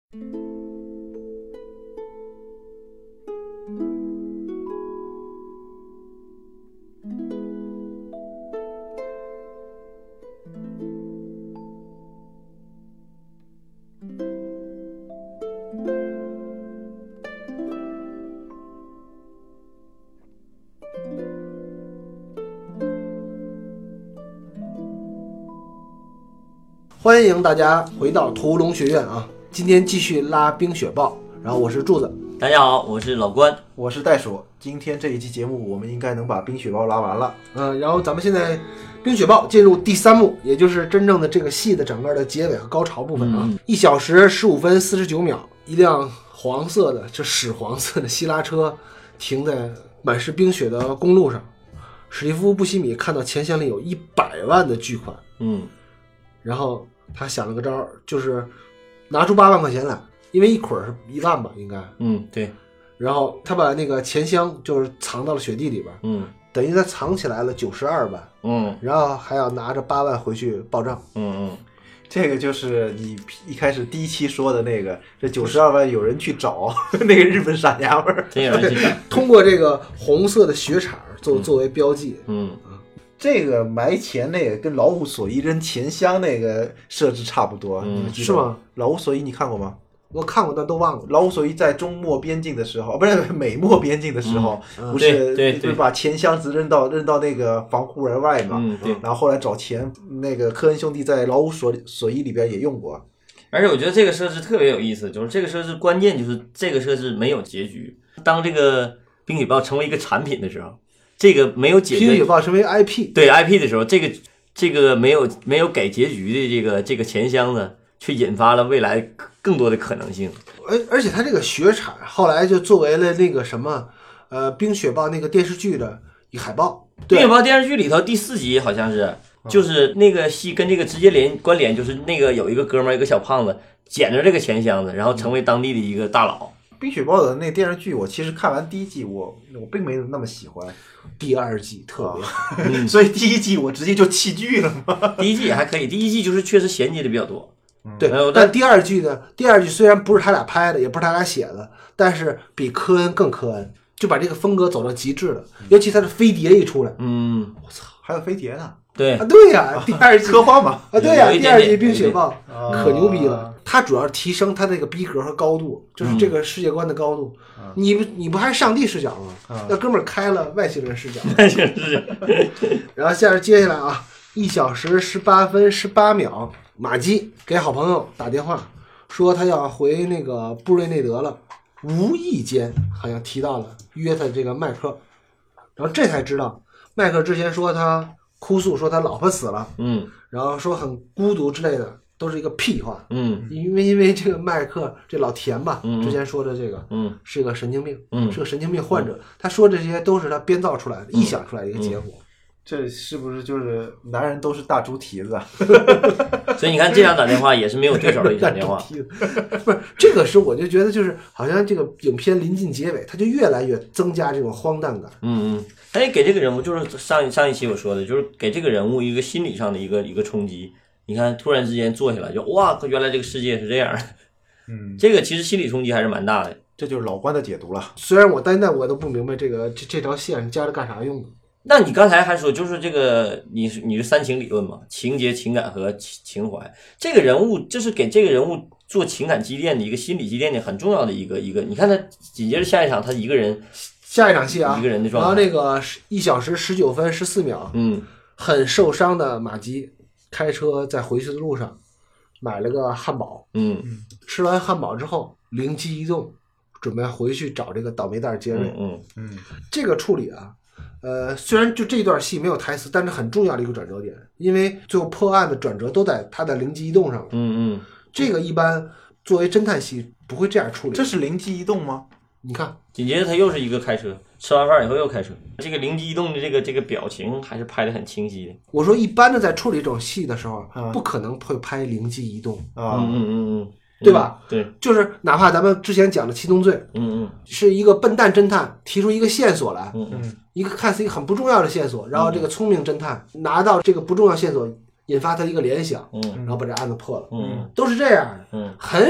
欢迎大家回到屠龙学院啊！今天继续拉冰雪豹，然后我是柱子。 大家好，我是老关， 我是袋鼠。今天这一期节目，我们应该能把冰雪豹拉完了。 然后咱们现在冰雪豹进入第3幕，也就是真正的这个戏的整个的结尾和高潮部分啊。1小时15分49秒，一辆黄色的屎黄色的希拉车停在满是冰雪的公路上。史蒂夫·布希米看到钱箱里有100万的巨款，然后他想了个招，就是拿出8万块钱来，因为一捆是1万吧，应该。 对。 然后他把那个钱箱就是藏到了雪地里边，等于他藏起来了92万，然后还要拿着8万回去报账， 这个就是你一开始第一期说的那个，这92万有人去找那个日本傻娘们儿， 真有人去找， 通过这个红色的雪场作为标记， 这个埋钱那个跟老无所依扔钱箱那个设置差不多，你们记得是吗？ 老无所依你看过吗？ 我看过，但都忘了。 老无所依在中末边境的时候，不是美末边境的时候，不是对把钱箱子扔到那个防护人外嘛？ 对。 然后后来找钱，那个科恩兄弟在老无所依里边也用过。 而且我觉得这个设置特别有意思，就是这个设置关键就是这个设置没有结局。当这个冰雪豹成为一个产品的时候，这个没有解决， 冰雪豹成为 IP， 对 IP 的时候，这个没有给结局的这个钱箱子，却引发了未来更多的可能性。 而且它这个雪场后来就作为了那个什么冰雪豹那个电视剧的一个海报。 冰雪豹电视剧里头第4集好像是，就是那个戏跟这个直接关联，就是那个有一个哥们儿，一个小胖子捡着这个钱箱子，然后成为当地的一个大佬。 冰雪豹的那电视剧，我其实看完第1季，我并没有那么喜欢， 第2季特别好， 所以第1季我直接就弃剧了嘛。 第1季也还可以，第1季就是确实衔接的比较多。 对，但第2季虽然不是他俩拍的，也不是他俩写的，但是比科恩更科恩，就把这个风格走到极致了。尤其他的飞碟一出来， 我操，还有飞碟呢。 对啊，对呀，第2季科幻嘛， 对呀，第2季冰雪豹可牛逼了。它主要是提升它这个逼格和高度，就是这个世界观的高度。你不还是上帝视角吗？那哥们儿开了外星人视角，然后接下来啊，1小时18分18秒，马基给好朋友打电话说他要回那个布瑞内德了，无意间好像提到了约他这个麦克，然后这才知道麦克之前说他哭诉说他老婆死了，然后说很孤独之类的，都是一个屁话，因为这个麦克这老田吧，之前说的这个，是个神经病，是个神经病患者，他说这些都是他编造出来的，臆想出来的一个结果。 这是不是就是男人都是大猪蹄子？ 所以你看，这样打电话也是没有对手的一场电话。 不是这个是我就觉得就是好像这个影片临近结尾，它就越来越增加这种荒诞感。 他也给这个人物，就是上一期我说的，就是给这个人物一个心理上的一个冲击。你看，突然之间坐下来就哇，原来这个世界是这样的。这个其实心理冲击还是蛮大的。 这就是老关的解读了。 虽然但我都不明白这条线是加着干啥用的。 那你刚才还说，就是这个你是3情理论嘛？情节、情感和情怀。这个人物就是给这个人物做情感积淀的一个心理积淀的很重要的一个。你看他紧接着下一场，他一个人， 下一场戏啊， 一个人的状态。 然后那个1小时19分14秒，很受伤的马基开车在回去的路上买了个汉堡，吃完汉堡之后灵机一动，准备回去找这个倒霉蛋杰瑞。这个处理啊。虽然就这段戏没有台词，但是很重要的一个转折点，因为最后破案的转折都在他的灵机一动上了。这个一般作为侦探戏不会这样处理。 这是灵机一动吗？ 你看， 紧接着他又是一个开车，吃完饭以后又开车，这个灵机一动的这个表情还是拍得很清晰的。 我说一般的在处理这种戏的时候，不可能会拍灵机一动啊。 对吧？ 对， 就是哪怕咱们之前讲的七宗罪，是一个笨蛋侦探提出一个线索来，一个看似一个很不重要的线索，然后这个聪明侦探拿到这个不重要线索，引发他一个联想，然后把这案子破了，都是这样的，很少。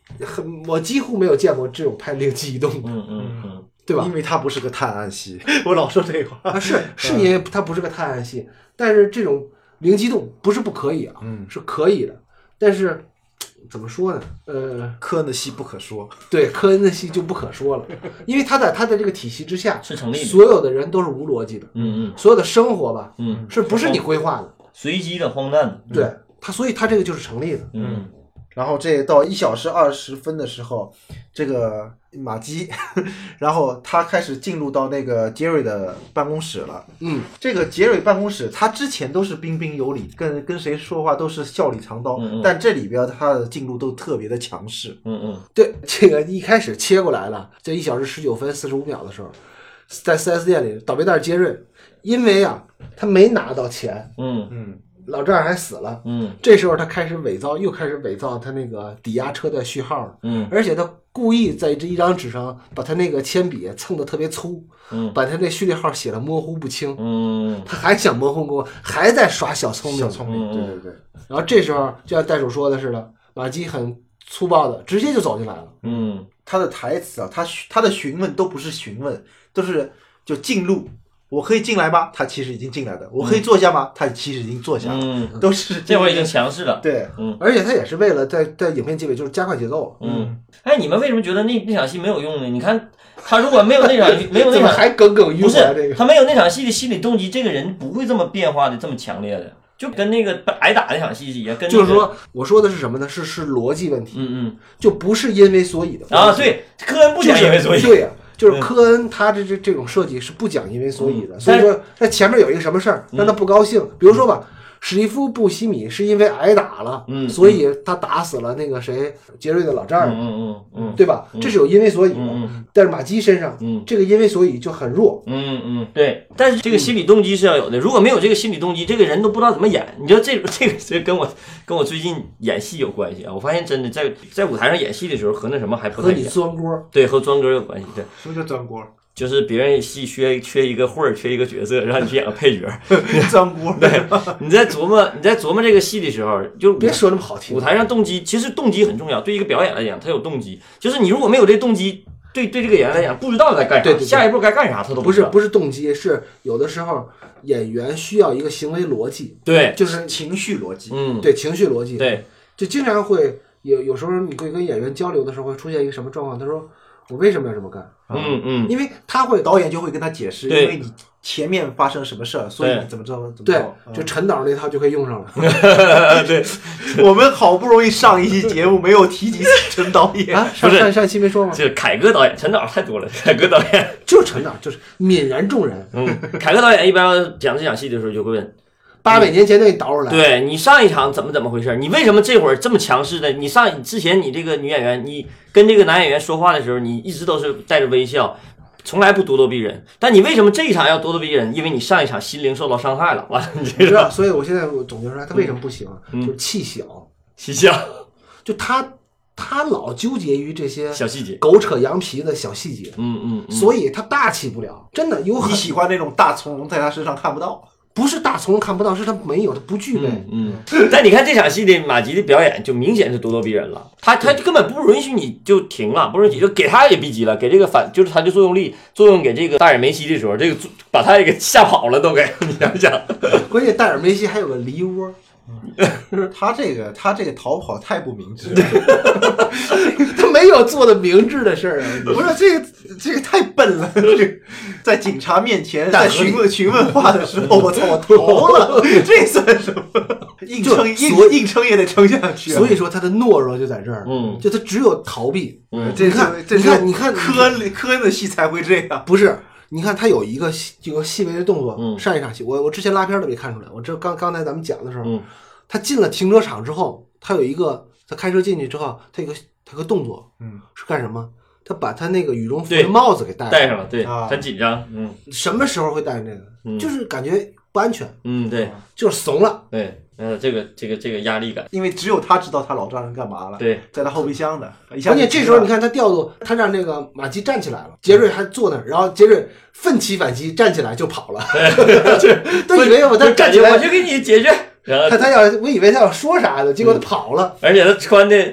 我几乎没有见过这种拍灵机一动的，对吧？ 因为它不是个探案戏，我老说这话啊，是因为它不是个探案戏，但是这种灵机动不是不可以啊，是可以的，但是怎么说呢？ 科恩的戏不可说， 对，科恩的戏就不可说了，因为他在这个体系之下是成立的， 所有的人都是无逻辑的，所有的生活吧，是不是你规划的？ 随机的、荒诞的， 对他，所以他这个就是成立的， 然后这到1小时20分的时候，这个马基，然后他开始进入到那个杰瑞的办公室了。这个杰瑞办公室，他之前都是彬彬有礼，跟谁说话都是笑里藏刀，但这里边他的进入都特别的强势。 对，这个一开始切过来了，这1小时19分45秒的时候，在 4S 店里，倒霉蛋杰瑞，因为啊，他没拿到钱，老丈人还死了，这时候他又开始伪造他那个抵押车的序号，而且他故意在这一张纸上把他那个铅笔蹭得特别粗，把他那序列号写得模糊不清，他还想模糊过，还在耍小聪明， 对对。 然后这时候就像袋鼠说的似的，马基很粗暴的直接就走进来了， 他的台词啊，他的询问都不是询问，都是就进入。我可以进来吗？他其实已经进来的。我可以坐下吗？他其实已经坐下了。都是这会儿已经强势了。 对， 而且他也是为了在影片结尾就是加快节奏。 哎，你们为什么觉得那场戏没有用呢？你看他如果没有那场怎么还耿耿于怀？这个他没有那场戏的心理动机，这个人不会这么变化的这么强烈的。就跟那个挨打那场戏一样， 就是说，我说的是什么呢？是逻辑问题。就不是因为所以的啊。对，科恩不讲因为所以。 对呀。就是科恩他这种设计是不讲因为所以的，所以说在前面有一个什么事儿让他不高兴，比如说吧，史蒂夫·布希米是因为挨打了，所以他打死了那个谁杰瑞的老丈人，对吧？这是有因为所以的，但是马基身上，这个因为所以就很弱， 对。但是这个心理动机是要有的，如果没有这个心理动机，这个人都不知道怎么演。你知道这个跟我最近演戏有关系啊！我发现真的在舞台上演戏的时候和那什么还不太一样。 和你钻锅， 对，和钻锅有关系。对， 什么叫钻锅？ 就是别人戏缺一个会儿，缺一个角色，让你去演个配角， 钻锅。 对，你在琢磨这个戏的时候，就别说那么好听。 舞台上动机，其实动机很重要，对一个表演来讲，它有动机。就是你如果没有这动机，对这个演员来讲，不知道该干啥， 对下一步该干啥，他都不知道。 不是动机，是有的时候演员需要一个行为逻辑， 对， 就是情绪逻辑， 对，情绪逻辑， 对， 就经常会有时候你会跟演员交流的时候会出现一个什么状况？他说我为什么要这么干？因为导演就会跟他解释，因为你前面发生什么事儿，所以你怎么着。 对，就陈导那套就可以用上了。 对， 我们好不容易上一期节目没有提及陈导演啊，上期没说吗？ 就是凯歌导演，陈导太多了。凯歌导演就是陈导，就是泯然众人。 凯歌导演一般要讲这场戏的时候就会问。 800年前都给你倒出来， 对你上一场怎么回事？你为什么这会儿这么强势的？你之前你这个女演员，你跟这个男演员说话的时候，你一直都是带着微笑，从来不咄咄逼人。但你为什么这一场要咄咄逼人？因为你上一场心灵受到伤害了。完了，你知道？ 所以我现在总结出来，他为什么不行？就是气小，就他老纠结于这些小细节， 狗扯羊皮的小细节，所以他大气不了。真的有你喜欢那种大从容，在他身上看不到。 不是大从容看不到，是他没有，他不具备。 但你看这场戏的马吉的表演，就明显是咄咄逼人了。他根本不允许你就停了，不允许就给他也逼急了，给这个就是他的作用给这个戴尔梅西的时候，这个把他也给吓跑了，都给你想想。 关键戴尔梅西还有个梨窝。 他这个逃跑太不明智了， 他没有做的明智的事儿啊！ 不是这个太笨了，在警察面前在询问话的时候，我操，我逃了，这算什么？硬撑也得撑下去。 所以说他的懦弱就在这儿，就他只有逃避。你看科恩的戏才会这样， 不是？你看他有一个细微的动作，上一场戏我之前拉片都没看出来，我这刚才咱们讲的时候，他进了停车场之后，他开车进去之后，他有个动作，是干什么？他把他那个羽绒服的帽子给戴上了，对，很紧张， 什么时候会戴这个？就是感觉不安全， 对， 就是怂了， 对。这个压力感， 因为只有他知道他老丈人干嘛了。 对， 在他后备箱的。 关键这时候你看他调度，他让这个马基站起来了，杰瑞还坐那儿，然后杰瑞奋起反击，站起来就跑了。都以为他站起来， 我就给你解决。 我以为他要说啥的，结果他跑了。 而且他穿的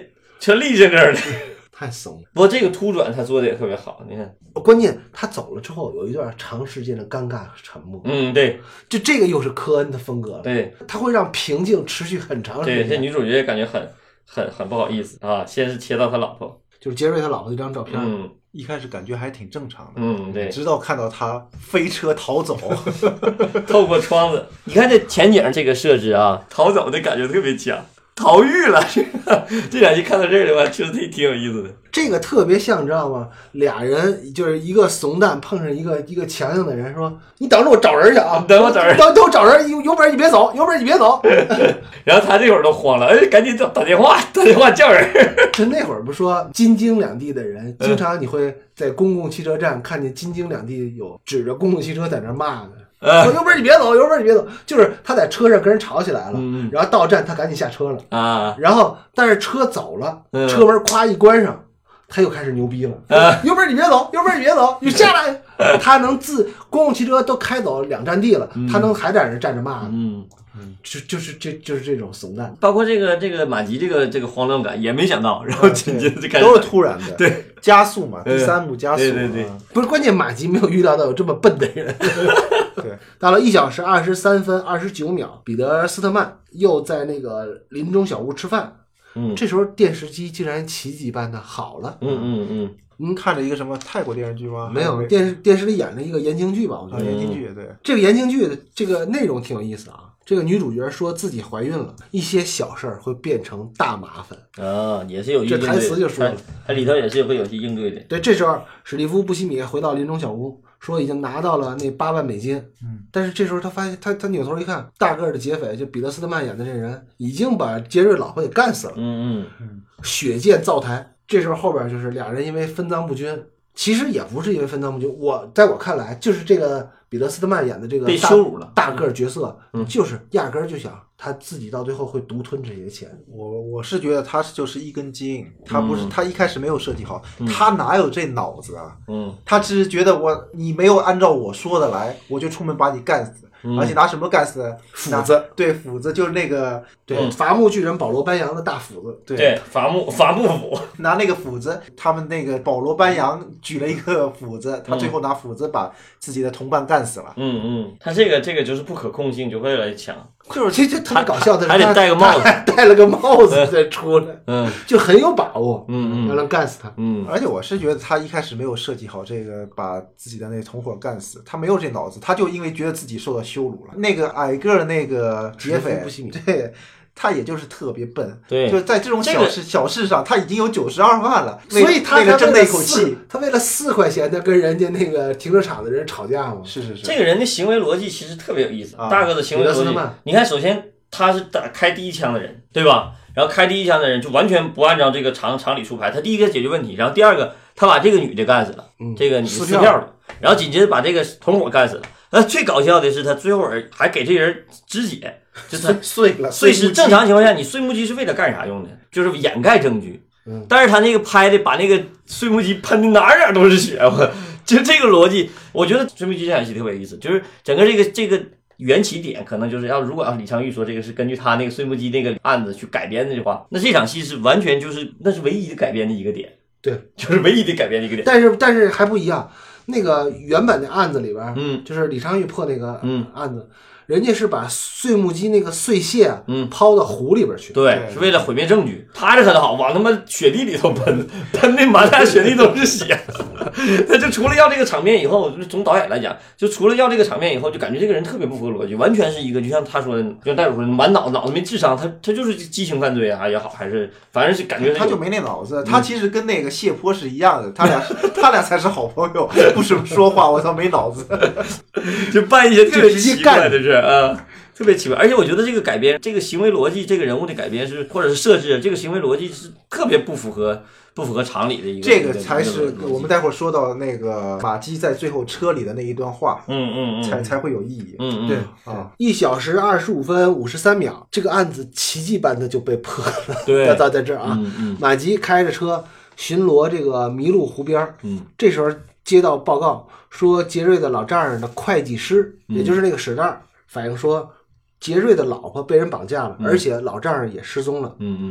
全立正的， 太怂了。 不过这个突转他做的也特别好，你看， 关键他走了之后有一段长时间的尴尬和沉默。 对， 就这个又是科恩的风格了。 对， 他会让平静持续很长时间。 对，这女主角感觉很不好意思啊。先是切到他老婆， 就是杰瑞他老婆那张照片。 一开始感觉还挺正常的。 对， 直到看到他飞车逃走， 透过窗子，你看这前景这个设置啊，逃走的感觉特别强。逃狱了，这两集看到这儿的话，确实挺有意思的。 这个特别像，你知道吗？俩人就是一个怂蛋碰上一个强硬的人，说：“你等着我找人去啊！ 等我找人， 等我找人，有本事你别走，有本事你别走。” 然后他这会儿都慌了，赶紧打电话叫人。 就那会儿不说京津两地的人，经常你会在公共汽车站看见京津两地有指着公共汽车在那骂的。说有本事你别走，有本事你别走，就是他在车上跟人吵起来了，然后到站他赶紧下车了啊， 然后但是车走了，车门咵一关上，他又开始牛逼了，有本事你别走，有本事你别走，你下来，他能公共汽车都开走2站地了，他能还在那站着骂，就是这种怂蛋， 包括这个马吉这个慌乱感也没想到，然后紧接着就开始都是突然的， 对， 加速嘛，第3幕加速， 对， 不是关键，马吉没有预料到有这么笨的人。 对， 到了1小时23分29秒，彼得·斯特曼又在那个林中小屋吃饭。这时候电视机竟然奇迹般的好了。 看着一个什么泰国电视剧吗？ 没有，电视里演了一个言情剧吧，我觉得言情剧，对， 这个言情剧的这个内容挺有意思啊。这个女主角说自己怀孕了，一些小事儿会变成大麻烦啊，也是有这台词就说了， 它里头也是会有些应对的。 对，这时候史蒂夫·布西米回到林中小屋，说已经拿到了那8万美金。但是这时候他发现他扭头一看，大个儿的劫匪就彼得·斯特曼演的这人已经把杰瑞老婆给干死了。血溅灶台。这时候后边就是俩人因为分赃不均，其实也不是因为分赃不均，在我看来就是这个彼得·斯特曼演的这个被羞辱了大个角色，就是压根儿就想他自己到最后会独吞这些钱。 我是觉得他就是一根筋，他不是他一开始没有设计好，他哪有这脑子啊？他只是觉得你没有按照我说的来，我就出门把你干死。而且拿什么干死？ 斧子， 对，斧子就是那个伐木巨人保罗班扬的大斧子， 对，伐木斧， 拿那个斧子，他们那个保罗班扬举了一个斧子，他最后拿斧子把自己的同伴干死了。 他这个就是不可控性就会来强， 就是这特别搞笑的， 还得戴个帽子， 戴了个帽子再出来，就很有把握，要能干死他。 而且我是觉得他一开始没有设计好这个把自己的那同伙干死，他没有这脑子，他就因为觉得自己受到羞辱了。那个矮个的那个劫匪，对，他也就是特别笨， 对， 就是在这种小事上，他已经有92万了， 所以他那个争那口气， 他为了4块钱，他跟人家那个停车场的人吵架嘛。 是， 这个人的行为逻辑其实特别有意思，大个的行为逻辑。你看，首先他是开第一枪的人，对吧？然后开第一枪的人就完全不按照这个常理出牌，他第一个解决问题，然后第二个他把这个女的干死了，这个女撕票的，然后紧接着把这个同伙干死了。最搞笑的是他最后还给这人肢解，就是他碎尸。正常情况下，你碎木机是为了干啥用的？就是掩盖证据。但是他那个拍的把那个碎木机喷的哪都是血，就这个逻辑，我觉得碎木机这场戏特别有意思，就是整个这个缘起点可能就是如果李昌钰说这个是根据他那个碎木机那个案子去改编的话，那这场戏是完全那是唯一的改编的一个点。对，就是唯一的改编的一个点。 但是还不一样。那个原本的案子里边，就是李昌钰破那个案子，人家是把碎木机那个碎屑抛到湖里边去， 对，是为了毁灭证据。他这可好，往他妈雪地里头喷的满大雪地都是血。他就除了要这个场面以后，从导演来讲，就除了要这个场面以后，就感觉这个人特别不合逻辑，完全是一个就像他说的，就像戴主说的，满脑子没智商，他就是激情犯罪啊也好，还是反正是感觉他就没那脑子。他其实跟那个谢泼是一样的，他俩才是好朋友，不是说话我操没脑子， 就办一些特别奇怪的事啊。特别奇怪，而且我觉得这个改编，这个行为逻辑，这个人物的改编是，或者是设置，这个行为逻辑是特别不符合常理的一个。 这个才是我们待会儿说到那个马基在最后车里的那一段话，才会有意义。 对啊，1小时25分53秒，这个案子奇迹般的就被破了。 对， 在这儿啊，马基开着车巡逻这个麋鹿湖边，这时候接到报告说杰瑞的老丈人的会计师，也就是那个史大反映说杰瑞的老婆被人绑架了，而且老丈人也失踪了。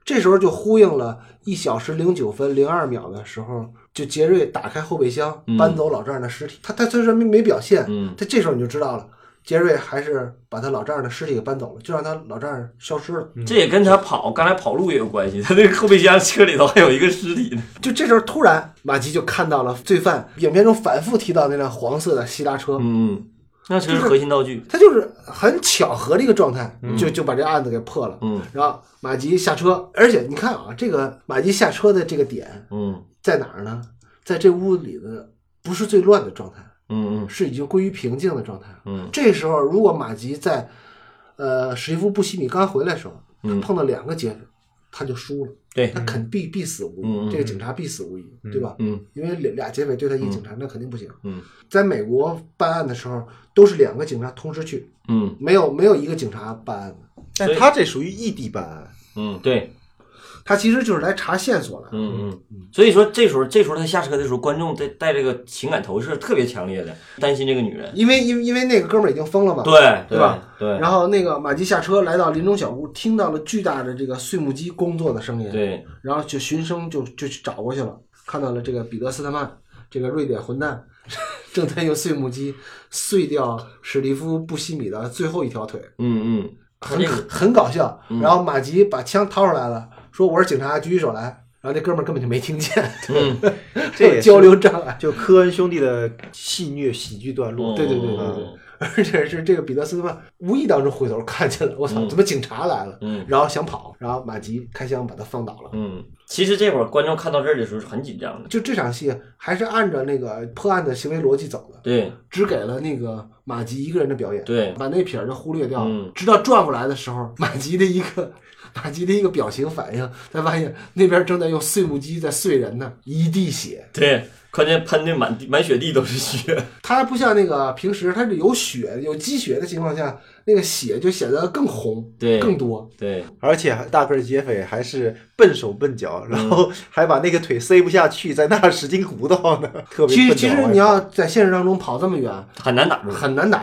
这时候就呼应了1小时09分02秒的时候，就杰瑞打开后备箱搬走老丈人的尸体。他虽然没表现，他这时候你就知道了。杰瑞还是把他老丈人的尸体给搬走了，就让他老丈人消失了。 这也跟他刚才跑路也有关系。他那个后备箱车里头还有一个尸体呢。 就这时候突然马吉就看到了罪犯影片中反复提到那辆黄色的希拉车。 那车是核心道具。 他就是很巧合的一个状态，就把这案子给破了。然后马吉下车，而且你看啊，这个马吉下车的这个点，在哪儿呢？在这屋里的不是最乱的状态。是已经归于平静的状态。这时候如果马吉在史蒂夫·布西米刚回来的时候，碰到2个劫匪，他就输了。 对， 他必死无疑。这个警察必死无疑，对吧？因为俩劫匪对他一个警察，那肯定不行。在美国办案的时候，都是2个警察同时去。没有一个警察办案的。 但他这属于异地办案。 对。 他其实就是来查线索的。 所以说这时候他下车的时候，观众带这个情感投射特别强烈的，担心这个女人， 因为那个哥们儿已经疯了嘛， 对吧？ 对。 然后那个马吉下车来到林中小屋，听到了巨大的这个碎木机工作的声音， 对， 然后就循声就去找过去了，看到了这个彼得斯特曼这个瑞典混蛋正在用碎木机碎掉史蒂夫·布西米的最后一条腿。很搞笑。然后马吉把枪掏出来了，说我是警察，举起手来。然后那哥们儿根本就没听见。 这也交流障碍， 就科恩兄弟的戏谑喜剧段落。 对。而且是这个彼得斯特曼无意当中回头看见了，我操，怎么警察来了？然后想跑，然后马吉开枪把他放倒了。 其实这会儿观众看到这儿的时候是很紧张的。 就这场戏还是按照那个破案的行为逻辑走的。 对， 只给了那个马吉一个人的表演。 对， 把那撇儿就忽略掉了。直到转过来的时候，马吉的一个表情反应，才发现那边正在用碎木机在碎人呢，一地血。 对，关键喷的满雪地都是血。 它不像那个平时它是有血有积血的情况下，那个血就显得更红， 对， 更多。 对， 而且大个劫匪还是笨手笨脚，然后还把那个腿塞不下去，在那儿使劲鼓捣呢，特别笨。 其实你要在现实当中跑这么远， 很难打中。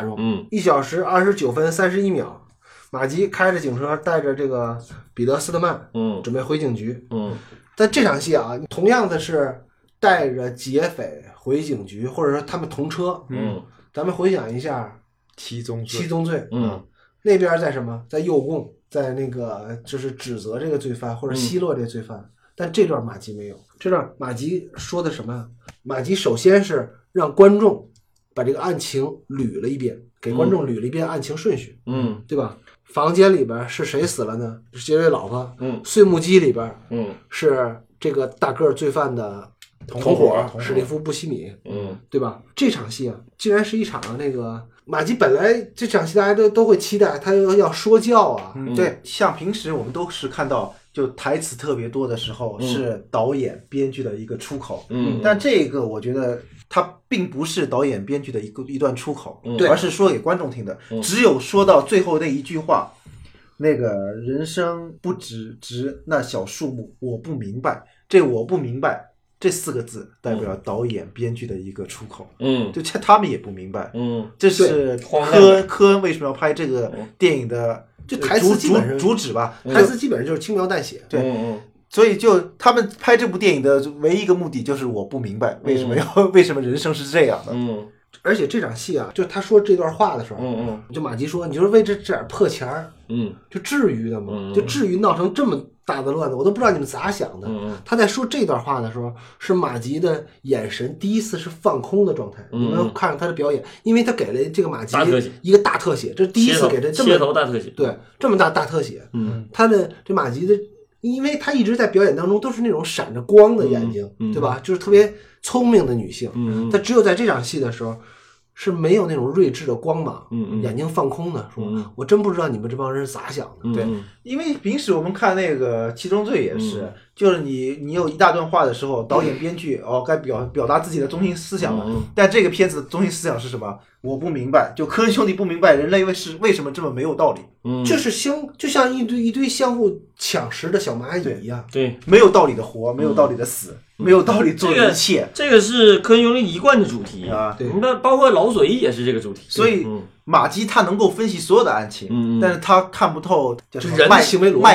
1小时29分31秒。马吉开着警车，带着这个彼得斯特曼，准备回警局。但这场戏啊，同样的是带着劫匪回警局，或者说他们同车。咱们回想一下七宗罪。那边在什么？在诱供，在那个就是指责这个罪犯或者奚落这个罪犯。但这段马吉没有。这段马吉说的什么？马吉首先是让观众把这个案情捋了一遍，给观众捋了一遍案情顺序。对吧？房间里边是谁死了呢？是杰瑞老婆。碎木机里边，是这个大个罪犯的同伙史蒂夫·布西米。对吧？这场戏啊，竟然是一场那个马吉本来这场戏大家都会期待他要说教啊。 对，像平时我们都是看到就台词特别多的时候，是导演编剧的一个出口。但这个我觉得它并不是导演编剧的一段出口，而是说给观众听的。只有说到最后那一句话，那个人生不只值那小数目，我不明白，这我不明白这4个字代表导演编剧的一个出口。就他们也不明白。这是科恩为什么要拍这个电影的就台词基本上主旨吧？ 台词基本上就是轻描淡写。 对。所以就他们拍这部电影的唯一一个目的就是我不明白为什么人生是这样的。 而且这场戏啊，就他说这段话的时候，就马吉说，你就是为这点破钱儿，就至于的吗？就至于闹成这么大的乱子，我都不知道你们咋想的。他在说这段话的时候，是马吉的眼神第一次是放空的状态。你们看看他的表演，因为他给了这个马吉一个大特写，这是第一次给他这么切头大特写， 对，这么大特写。他的这马吉的。因为她一直在表演当中都是那种闪着光的眼睛，对吧？就是特别聪明的女性。她只有在这场戏的时候是没有那种睿智的光芒，眼睛放空的，说我真不知道你们这帮人是咋想的。 对，因为平时我们看那个七宗罪也是，就是你有一大段话的时候，导演编剧该表达自己的中心思想了。但这个片子的中心思想是什么？我不明白，就科恩兄弟不明白人类为什么这么没有道理。 就是就像一堆相互抢食的小蚂蚁一样。 对， 没有道理的活，没有道理的死，没有道理做一切。 这个是科恩兄弟一贯的主题啊。 对， 那包括老索伊也是这个主题。 所以马基他能够分析所有的案情，但是他看不透人的行为逻辑。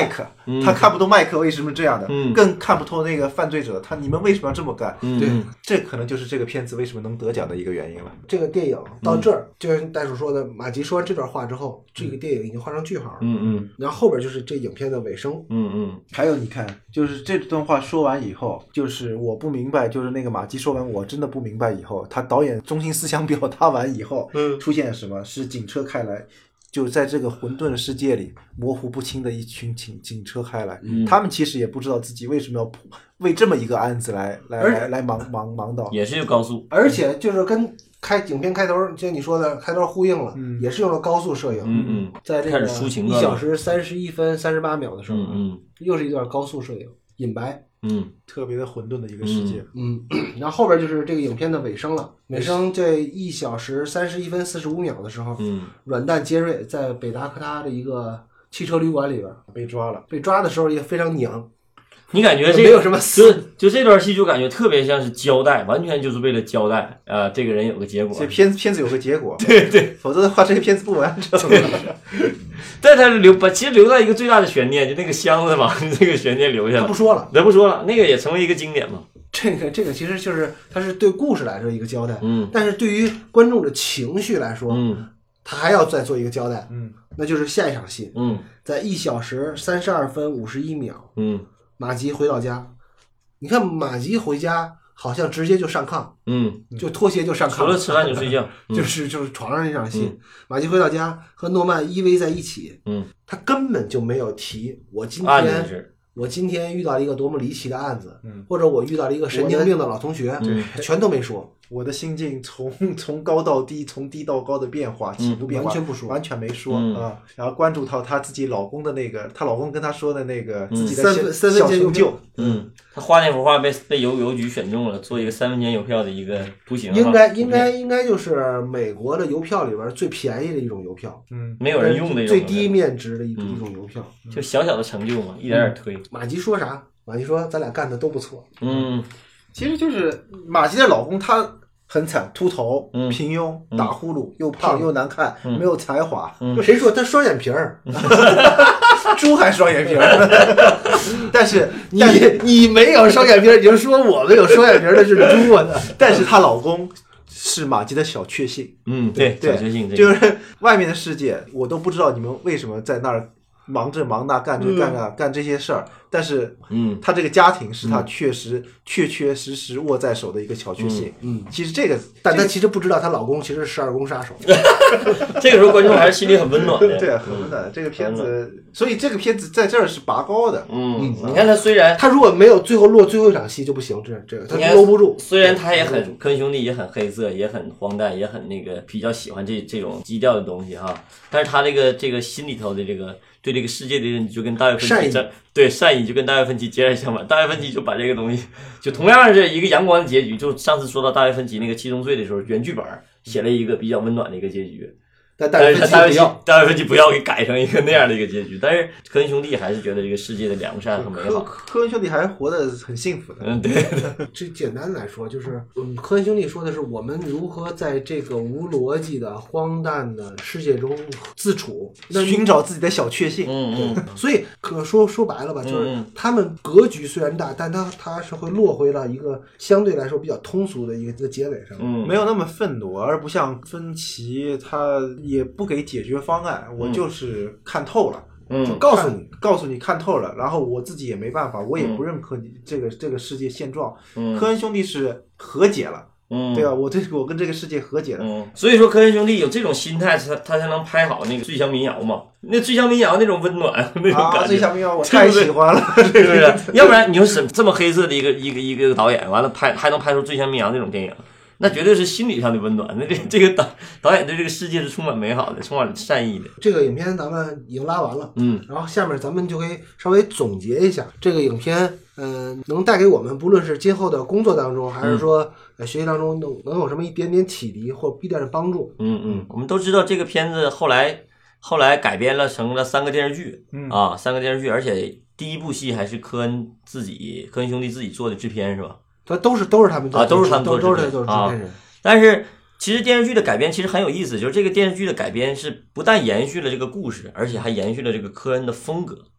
他看不透麦克为什么这样的，更看不透那个犯罪者，你们为什么要这么干？ 对， 这可能就是这个片子为什么能得奖的一个原因了。 这个电影到这儿，就像袋鼠说的，马吉说完这段话之后，这个电影已经画上句号了。然后后边就是这影片的尾声。 还有你看，就是这段话说完以后，就是我不明白，就是那个马吉说完我真的不明白以后，他导演中心思想表达完以后，出现什么？是警车开来。就在这个混沌的世界里，模糊不清的一群警车开来，他们其实也不知道自己为什么要为这么一个案子来忙到， 也是高速， 而且就是跟影片开头就你说的开头呼应了，也是用了高速摄影，在这个1小时31分38秒的时候，又是一段高速摄影，隐白。 特别的混沌的一个世界。 然后后边就是这个影片的尾声了。尾声这1小时31分45秒的时候，软蛋杰瑞在北达科他的一个汽车旅馆里边被抓了。 被抓的时候也非常娘。 你感觉这没有什么就这段戏就感觉特别像是交代，完全就是为了交代这个人有个结果。 这片子有个结果， 对， 否则的话这个片子不完整。 但他其实留到一个最大的悬念，就那个箱子嘛，这个悬念留下了。 他不说了， 那个也成为一个经典嘛。 这个其实就是它是对故事来说一个交代，但是对于观众的情绪来说，他还要再做一个交代，那就是下一场戏，在1小时32分51秒，马吉回到家，你看马吉回家好像直接就上炕，就脱鞋就上炕， 除了吃饭就睡觉， 就是床上那场戏，马吉回到家和诺曼依偎在一起，他根本就没有提我今天遇到了一个多么离奇的案子，或者我遇到了一个神经病的老同学，全都没说。 我的心境从高到低，从低到高的变化，起伏变化， 完全不说， 完全没说啊。然后关注到她自己老公的那个，她老公跟她说的那个自己的小成就。 她画那幅画被邮局选中了，做一个3分钱邮票的一个图形。 应该就是美国的邮票里边最便宜的一种邮票， 没有人用的最低面值的一种邮票， 就小小的成就嘛，一点点推。 马吉说啥？马吉说咱俩干的都不错。 其实就是马吉的老公，他很惨，秃头，平庸，打呼噜，又胖又难看，没有才华。 谁说他双眼皮儿？ 猪还双眼皮儿？但是你没有双眼皮儿，你就说我们有双眼皮儿的是猪啊！ 但是她老公是马吉的小确幸。 对，小确幸， 就是外面的世界，我都不知道你们为什么在那儿忙这忙那，干这些事儿。但是，他这个家庭是他确实握在手的一个小确幸。其实这个， 但他其实不知道，她老公其实是12宫杀手。 这个时候观众还是心里很温暖的。 对，很温暖。这个片子，所以这个片子在这儿是拔高的。 你看他虽然他如果没有最后一场戏就不行，这个他搂不住。 虽然他也很科恩兄弟也很黑色，也很荒诞，也很那个比较喜欢这种基调的东西哈，但是他这个心里头的这个。对这个世界的认知就跟大卫芬奇善意就跟大卫芬奇截然相反。大卫芬奇就把这个东西，就同样是一个阳光的结局。就上次说到大卫芬奇那个7宗罪的时候，原剧本写了一个比较温暖的一个结局，但大卫芬奇不要给改成一个那样的一个结局。但是科恩兄弟还是觉得这个世界的良善和美好。 科恩兄弟还是活得很幸福的。 对。 这简单来说就是，科恩兄弟说的是我们如何在这个无逻辑的荒诞的世界中自处， 寻找自己的小确幸。 所以说白了吧，就是他们格局虽然大，但他是会落回到一个相对来说比较通俗的一个结尾上， 没有那么愤怒，而不像芬奇他也不给解决方案，我就是看透了。就告诉你看透了，然后我自己也没办法，我也不认可你这个世界现状。科恩兄弟是和解了，对吧？我跟这个世界和解了。 所以说科恩兄弟有这种心态，他才能拍好那个醉乡民谣嘛。那醉乡民谣那种温暖那种感觉， 醉乡民谣我太喜欢了， 是不是？要不然你说这么黑色的一个导演，完了还能拍出醉乡民谣那种电影。那绝对是心理上的温暖。那这个导演对这个世界是充满美好的，充满善意的。 这个影片咱们已经拉完了，然后下面咱们就可以稍微总结一下这个影片，能带给我们不论是今后的工作当中，还是说学习当中能有什么一点点启迪或一点点帮助。 我们都知道这个片子后来改编了成了3个电视剧，3个电视剧，而且第一部戏还是科恩兄弟自己做的制片是吧？ 都是他们做都是他们做的，都是制片人。 但是其实电视剧的改编其实很有意思，就是这个电视剧的改编是不但延续了这个故事，而且还延续了这个科恩的风格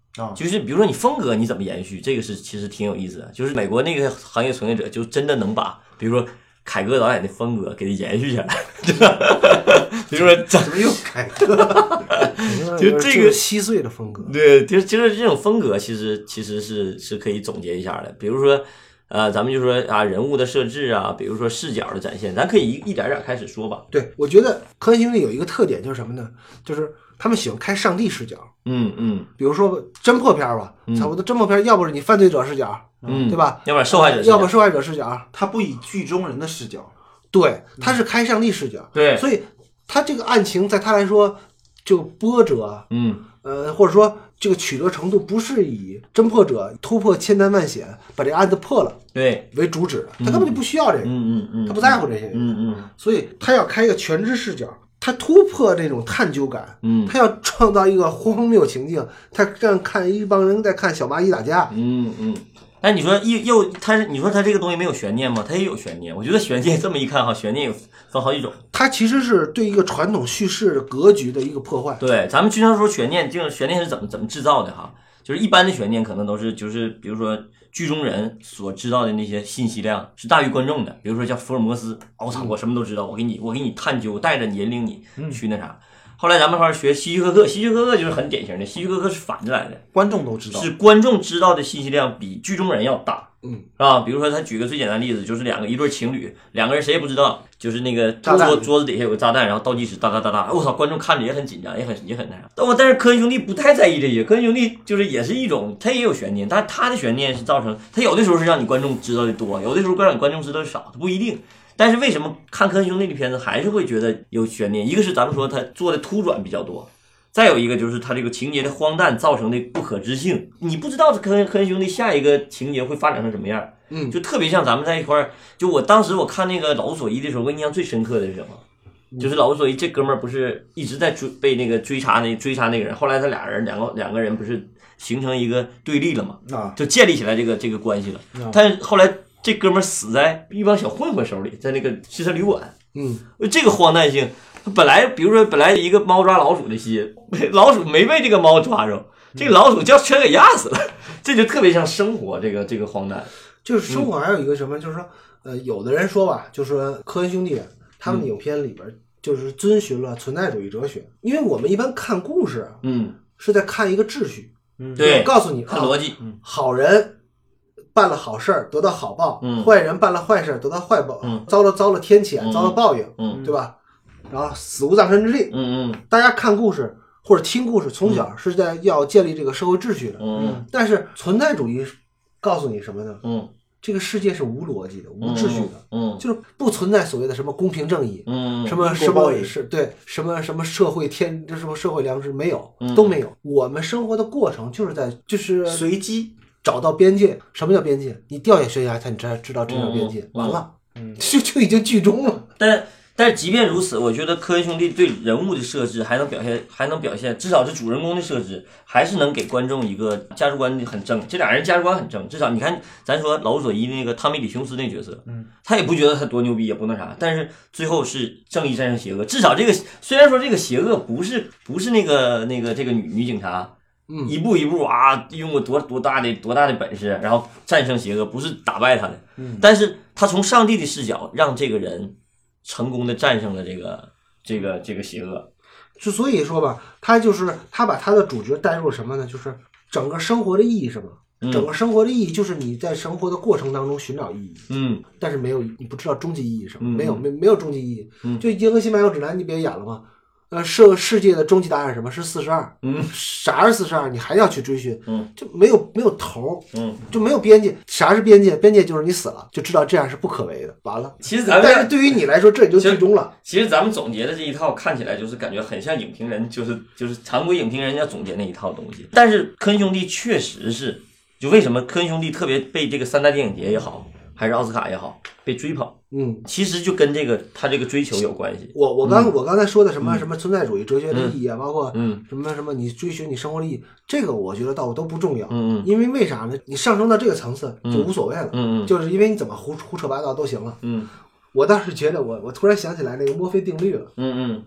就是比如说你风格你怎么延续，这个是其实挺有意思的。就是美国那个行业从业者就真的能把，比如说凯歌导演的风格给它延续下来，比如说怎么又凯歌？ 就这个稀碎的风格。 对，就是这种风格，其实是可以总结一下的。比如说，咱们就说啊，人物的设置啊，比如说视角的展现，咱可以一点点开始说吧。 对，我觉得科恩兄弟有一个特点就是什么呢？就是他们喜欢开上帝视角。比如说侦破片吧，差不多侦破片，要不是你犯罪者视角，对吧？ 要不然受害者视角， 要不受害者视角， 他不以剧中人的视角， 对，他是开上帝视角， 对， 所以他这个案情在他来说就波折，或者说这个曲折程度不是以侦破者突破千难万险把这个案子破了对为主旨的，他根本就不需要这个，他不在乎这些，所以他要开一个全知视角。他突破这种探究感，他要创造一个荒谬情境，他这样看一帮人在看小蚂蚁打架， 但你说你说他这个东西没有悬念吗？他也有悬念。我觉得悬念这么一看哈，悬念有分好几种。 它其实是对一个传统叙事格局的一个破坏。 对，咱们经常说悬念，这个悬念是怎么制造的哈？就是一般的悬念可能都是就是比如说剧中人所知道的那些信息量是大于观众的，比如说像福尔摩斯，我操，我什么都知道，我给你探究，带着你引领你去那啥。后来咱们开始学希区柯克，希区柯克就是很典型的，希区柯克是反着来的， 观众都知道， 是观众知道的信息量比剧中人要大，比如说他举个最简单的例子，就是一对情侣，两个人谁也不知道，就是那个桌子底下有个炸弹，然后倒计时哒哒哒哒，我操，观众看着也很紧张，也很那啥。但是科恩兄弟不太在意这些，科恩兄弟就是也是一种，他也有悬念，但他的悬念是造成他有的时候是让你观众知道的多，有的时候让你观众知道的少，他不一定。但是为什么看科恩兄弟的片子还是会觉得有悬念？一个是咱们说他做的突转比较多，再有一个就是他这个情节的荒诞造成的不可知性，你不知道科恩兄弟下一个情节会发展成什么样。就特别像咱们在一块儿，就我当时我看那个老无所依的时候，我印象最深刻的是什么？就是老无所依这哥们儿不是一直在被那个追查那个人，后来他两个人不是形成一个对立了嘛？就建立起来这个关系了。但是后来这哥们儿死在一帮小混混手里，在那个汽车旅馆。这个荒诞性，比如说本来一个猫抓老鼠的戏，老鼠没被这个猫抓着，这个老鼠全给压死了，这就特别像生活这个荒诞。 就是生活还有一个什么，就是说有的人说吧，就是说科恩兄弟他们影片里边就是遵循了存在主义哲学，因为我们一般看故事，是在看一个秩序， 对， 告诉你看逻辑， 好人办了好事儿得到好报，坏人办了坏事儿得到坏报，遭了天谴，遭了报应，对吧？然后死无葬身之地。大家看故事或者听故事，从小是在要建立这个社会秩序的。但是存在主义告诉你什么呢？这个世界是无逻辑的、无秩序的，就是不存在所谓的什么公平正义，什么是对什么社会什么社会良知，没有，都没有。我们生活的过程就是随机找到边界。什么叫边界？你掉下悬崖才你知道这条边界，完了，就已经剧终了。 但是即便如此，我觉得科恩兄弟对人物的设置还能表现，至少是主人公的设置，还是能给观众一个价值观很正。这俩人价值观很正，至少你看，咱说老无所依那个汤米李琼斯那角色，他也不觉得他多牛逼，也不那啥，但是最后是正义战胜邪恶。至少这个虽然说这个邪恶不是那个这个女警察。一步一步用过多大的本事，然后战胜邪恶，不是打败他的，但是他从上帝的视角让这个人成功的战胜了这个邪恶。 所以说吧，他把他的主角带入什么呢？就是整个生活的意义是什么？整个生活的意义就是你在生活的过程当中寻找意义，但是你不知道终极意义是什么，没有终极意义，就《银河系漫游指南》你别演了吗？世界的终极答案是什么？是42。啥是42？你还要去追寻，就没有头，就没有边界。啥是边界？边界就是你死了，就知道这样是不可为的，完了。但是对于你来说，这也就剧终了。 其实咱们总结的这一套看起来就是感觉很像影评人，就是常规影评人要总结那一套东西。但是科恩兄弟确实是，就为什么科恩兄弟特别被这个3大电影节也好，还是奥斯卡也好被追捧，其实就跟他这个追求有关系。 我刚才说的什么存在主义哲学的意义啊，包括什么你追寻你生活的意义，这个我觉得倒都不重要。因为为啥呢？你上升到这个层次就无所谓了。就是因为你怎么胡扯八道都行了。我倒是觉得我突然想起来那个墨菲定律了。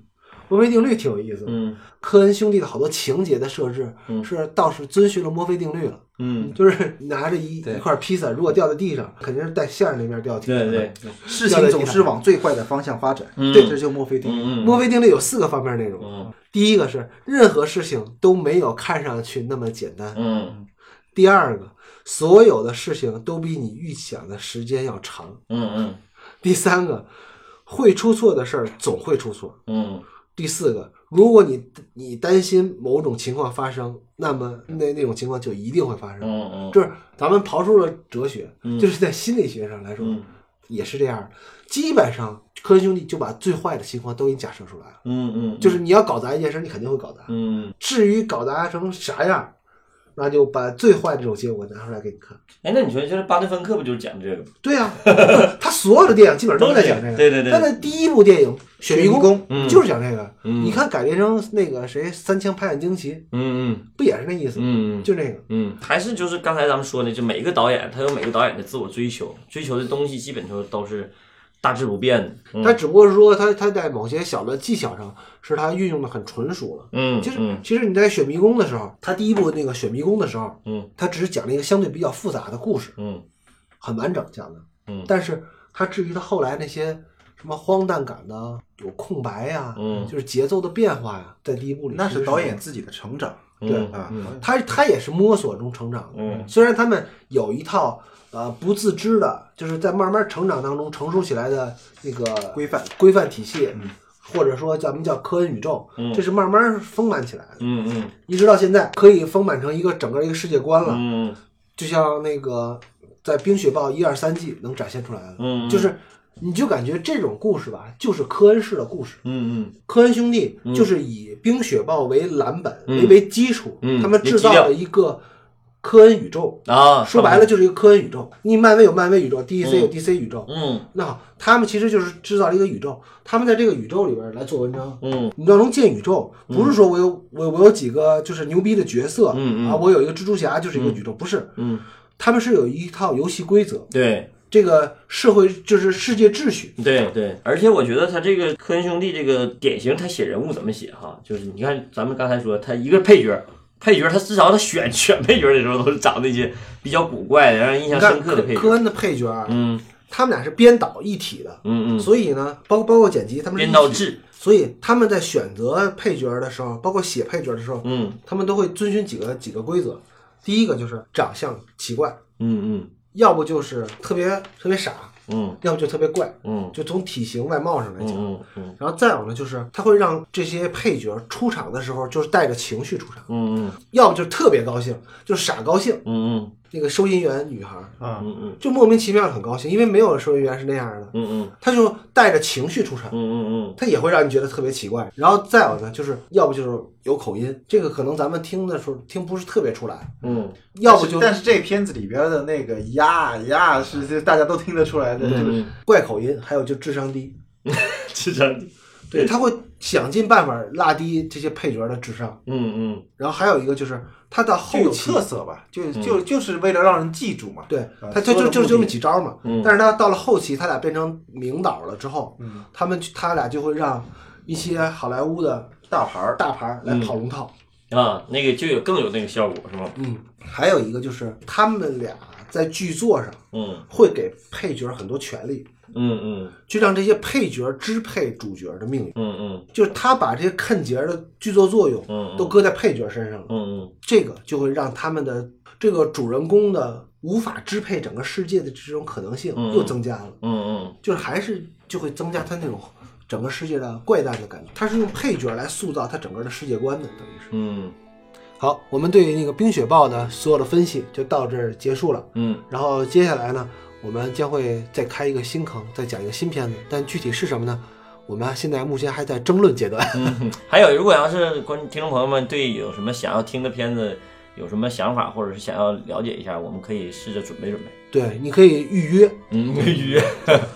墨菲定律挺有意思的。科恩兄弟的好多情节的设置是倒是遵循了墨菲定律了。就是拿着一块披萨，如果掉在地上，肯定是带馅儿那面掉地上。 对， 事情总是往最坏的方向发展。 对，这就是墨菲定律。墨菲定律有4个方面内容。第一个是任何事情都没有看上去那么简单。第二个，所有的事情都比你预想的时间要长。第三个，会出错的事儿总会出错。第四个，如果你担心某种情况发生，那么那种情况就一定会发生。就是咱们刨出了哲学，就是在心理学上来说，也是这样。基本上科恩兄弟就把最坏的情况都给你假设出来了。就是你要搞砸一件事，你肯定会搞砸。至于搞砸成啥样，那就把最坏的这种结果拿出来给你看。 那你说就是巴顿芬克不就是讲这个吗？ 对啊，他所有的电影基本上都在讲这个。 对。 他的第一部电影《雪迷宫》就是讲这个。你看改编成那个谁《三枪拍案惊奇》，不也是那意思？就这个。 还是就是刚才咱们说的，就每一个导演他有每个导演的自我追求的东西，基本上都是大致不变的。 他只不过是说他在某些小的技巧上是他运用的很纯熟了。其实你在雪迷宫的时候，他第一部那个雪迷宫的时候，他只是讲了一个相对比较复杂的故事，很完整讲的。但是他至于他后来那些什么荒诞感的、有空白呀，就是节奏的变化呀，在第一部里那是导演自己的成长。 对啊，他也是摸索中成长的。虽然他们有一套不自知的，就是在慢慢成长当中成熟起来的那个规范体系，或者说咱们叫科恩宇宙，这是慢慢丰满起来的。一直到现在可以丰满成整个一个世界观了。就像那个在《冰雪暴》1、2、3季能展现出来的。就是你就感觉这种故事吧，就是科恩式的故事。科恩兄弟就是以冰雪暴为蓝本，为基础，他们制造了一个科恩宇宙啊，说白了就是一个科恩宇宙。你漫威有漫威宇宙，DC 有 DC 宇宙。那好，他们其实就是制造了一个宇宙，他们在这个宇宙里边来做文章。你要能建宇宙，不是说我有几个就是牛逼的角色我有一个蜘蛛侠就是一个宇宙，不是。他们是有一套游戏规则。 对。 这个社会就是世界秩序。 对，而且我觉得他这个科恩兄弟这个典型，他写人物怎么写哈？就是你看咱们刚才说，他一个配角他至少他选配角的时候都是找那些比较古怪的、让人印象深刻的配角。 科恩的配角，他们俩是编导一体的，所以呢，包括剪辑，他们是编导制， 所以他们在选择配角的时候，包括写配角的时候，他们都会遵循几个规则。第一个就是长相奇怪，要不就是特别傻，要不就特别怪，就从体型外貌上来讲，然后再有呢，就是他会让这些配角出场的时候就是带着情绪出场，要不就特别高兴，就是傻高兴，那个收银员女孩就莫名其妙的很高兴，因为没有收银员是那样的，他就带着情绪出场，他也会让你觉得特别奇怪。然后再有呢，就是要不就是有口音，这个可能咱们听的时候听不是特别出来，要不就但是这片子里边的那个呀是大家都听得出来的， 怪口音，还有就智商低， 智商低。 对，他会想尽办法拉低这些配角的智商。然后还有一个就是他到后期有特色吧，就是为了让人记住嘛。 对，他就这么几招嘛。但是他到了后期，他俩变成名导了之后，他俩就会让一些好莱坞的大牌来跑龙套啊，那个就更有那个效果是吗？ 还有一个就是他们俩在剧作上，会给配角很多权利。就让这些配角支配主角的命运。就是他把这些看节的剧作作用，都搁在配角身上了。这个就会让他们的这个主人公的无法支配整个世界的这种可能性又增加了。就是还是就会增加他那种整个世界的怪诞的感觉。他是用配角来塑造他整个的世界观的，等于是。好，我们对那个冰雪暴的所有的分析就到这儿结束了。然后接下来呢，我们将会再开一个新坑，再讲一个新片子，但具体是什么呢？我们现在目前还在争论阶段。 还有，如果要是听众朋友们对有什么想要听的片子有什么想法，或者是想要了解一下，我们可以试着准备。 对，你可以预约。 预约。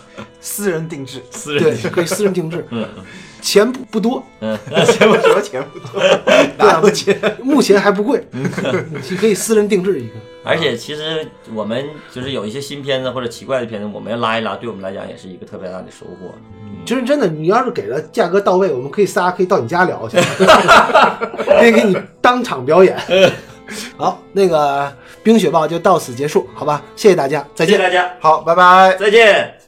私人定制， 对，可以私人定制，钱不多， 钱不多，钱不多，哪有钱？ 目前还不贵，你可以私人定制一个。 而且其实我们就是有一些新片子或者奇怪的片子，我们要拉一拉，对我们来讲也是一个特别大的收获。 就是真的，你要是给了价格到位，我们可以到你家聊去，可以给你当场表演。好，那个冰雪暴就到此结束，好吧？谢谢大家，再见。 谢谢大家， 好，拜拜， 再见。